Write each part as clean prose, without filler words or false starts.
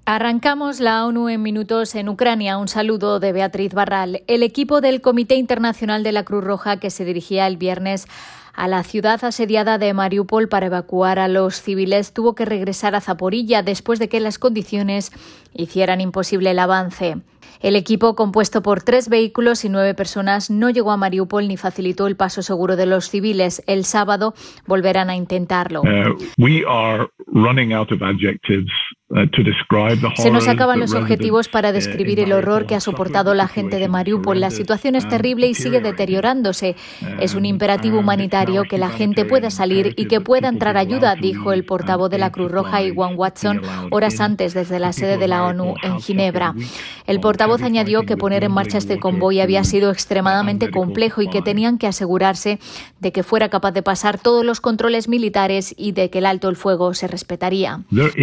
Arrancamos la ONU en minutos en Ucrania. Un saludo de Beatriz Barral. El equipo del Comité Internacional de la Cruz Roja que se dirigía el viernes a la ciudad asediada de Mariupol para evacuar a los civiles tuvo que regresar a Zaporilla después de que las condiciones hicieran imposible el avance. El equipo, compuesto por 3 vehículos y 9 personas, no llegó a Mariupol ni facilitó el paso seguro de los civiles. El sábado volverán a intentarlo. Se nos acaban los adjetivos para describir el horror que ha soportado la gente de Mariupol. La situación es terrible y sigue deteriorándose. Es un imperativo humanitario que la gente pueda salir y que pueda entrar ayuda, dijo el portavoz de la Cruz Roja, Iwan Watson, horas antes desde la sede de la ONU en Ginebra. El portavoz añadió que poner en marcha este convoy había sido extremadamente complejo y que tenían que asegurarse de que fuera capaz de pasar todos los controles militares y de que el alto el fuego se respetaría.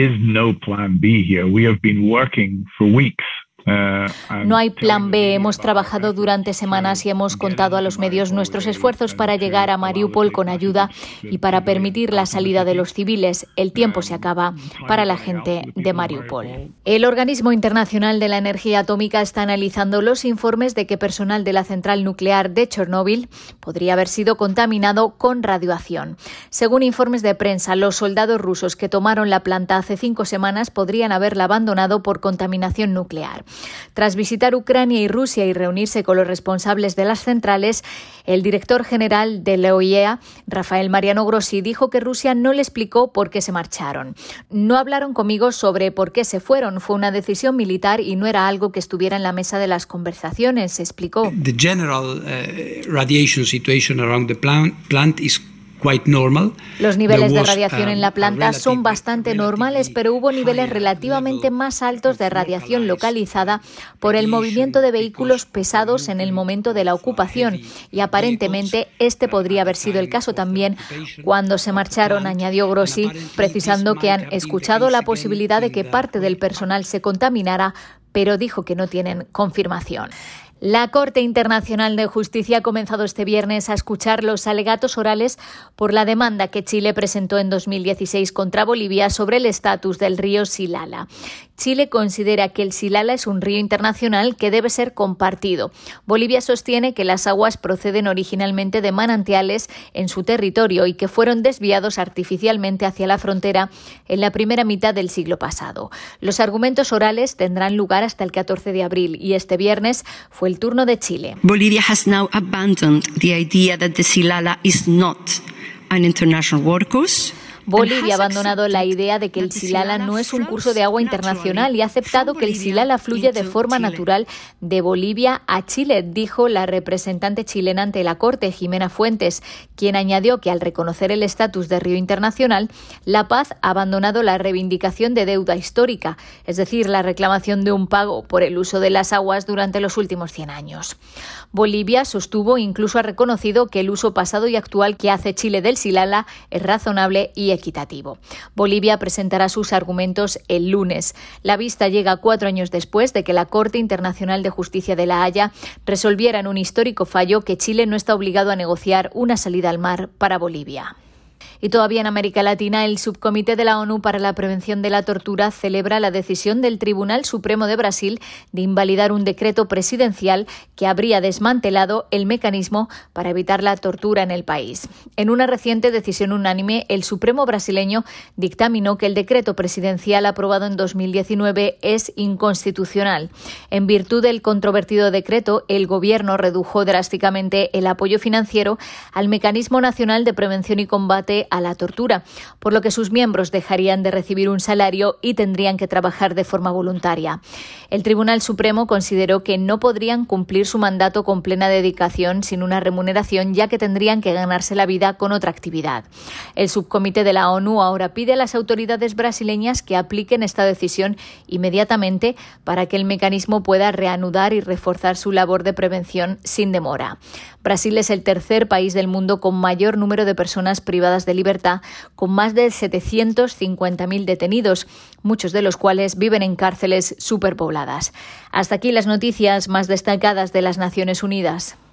No hay plan B. Hemos trabajado durante semanas y hemos contado a los medios nuestros esfuerzos para llegar a Mariupol con ayuda y para permitir la salida de los civiles. El tiempo se acaba para la gente de Mariupol. El Organismo Internacional de la Energía Atómica está analizando los informes de que personal de la central nuclear de Chernóbil podría haber sido contaminado con radiación. Según informes de prensa, los soldados rusos que tomaron la planta hace 5 semanas podrían haberla abandonado por contaminación nuclear. Tras visitar Ucrania y Rusia y reunirse con los responsables de las centrales, el director general de la OIEA, Rafael Mariano Grossi, dijo que Rusia no le explicó por qué se marcharon. No hablaron conmigo sobre por qué se fueron. Fue una decisión militar y no era algo que estuviera en la mesa de las conversaciones, se explicó. The general radiation situation around the plant is quite normal. Los niveles de radiación en la planta son bastante normales, pero hubo niveles relativamente más altos de radiación localizada por el movimiento de vehículos pesados en el momento de la ocupación y aparentemente este podría haber sido el caso también cuando se marcharon, añadió Grossi, precisando que han escuchado la posibilidad de que parte del personal se contaminara, pero dijo que no tienen confirmación. La Corte Internacional de Justicia ha comenzado este viernes a escuchar los alegatos orales por la demanda que Chile presentó en 2016 contra Bolivia sobre el estatus del río Silala. Chile considera que el Silala es un río internacional que debe ser compartido. Bolivia sostiene que las aguas proceden originalmente de manantiales en su territorio y que fueron desviados artificialmente hacia la frontera en la primera mitad del siglo pasado. Los argumentos orales tendrán lugar hasta el 14 de abril y este viernes fue el turno de Chile. Bolivia has now abandoned the idea that the Silala is not an international watercourse. Bolivia ha abandonado la idea de que el Silala no es un curso de agua internacional y ha aceptado que el Silala fluye de forma natural de Bolivia a Chile, dijo la representante chilena ante la Corte, Jimena Fuentes, quien añadió que al reconocer el estatus de río internacional, La Paz ha abandonado la reivindicación de deuda histórica, es decir, la reclamación de un pago por el uso de las aguas durante los últimos 100 años. Bolivia sostuvo e incluso ha reconocido que el uso pasado y actual que hace Chile del Silala es razonable y equitativo. Bolivia presentará sus argumentos el lunes. La vista llega 4 años después de que la Corte Internacional de Justicia de La Haya resolviera en un histórico fallo que Chile no está obligado a negociar una salida al mar para Bolivia. Y todavía en América Latina, el Subcomité de la ONU para la Prevención de la Tortura celebra la decisión del Tribunal Supremo de Brasil de invalidar un decreto presidencial que habría desmantelado el mecanismo para evitar la tortura en el país. En una reciente decisión unánime, el Supremo brasileño dictaminó que el decreto presidencial aprobado en 2019 es inconstitucional. En virtud del controvertido decreto, el gobierno redujo drásticamente el apoyo financiero al Mecanismo Nacional de Prevención y Combate a la tortura, por lo que sus miembros dejarían de recibir un salario y tendrían que trabajar de forma voluntaria. El Tribunal Supremo consideró que no podrían cumplir su mandato con plena dedicación sin una remuneración, ya que tendrían que ganarse la vida con otra actividad. El Subcomité de la ONU ahora pide a las autoridades brasileñas que apliquen esta decisión inmediatamente para que el mecanismo pueda reanudar y reforzar su labor de prevención sin demora. Brasil es el tercer país del mundo con mayor número de personas privadas de libertad, con más de 750.000 detenidos, muchos de los cuales viven en cárceles superpobladas. Hasta aquí las noticias más destacadas de las Naciones Unidas.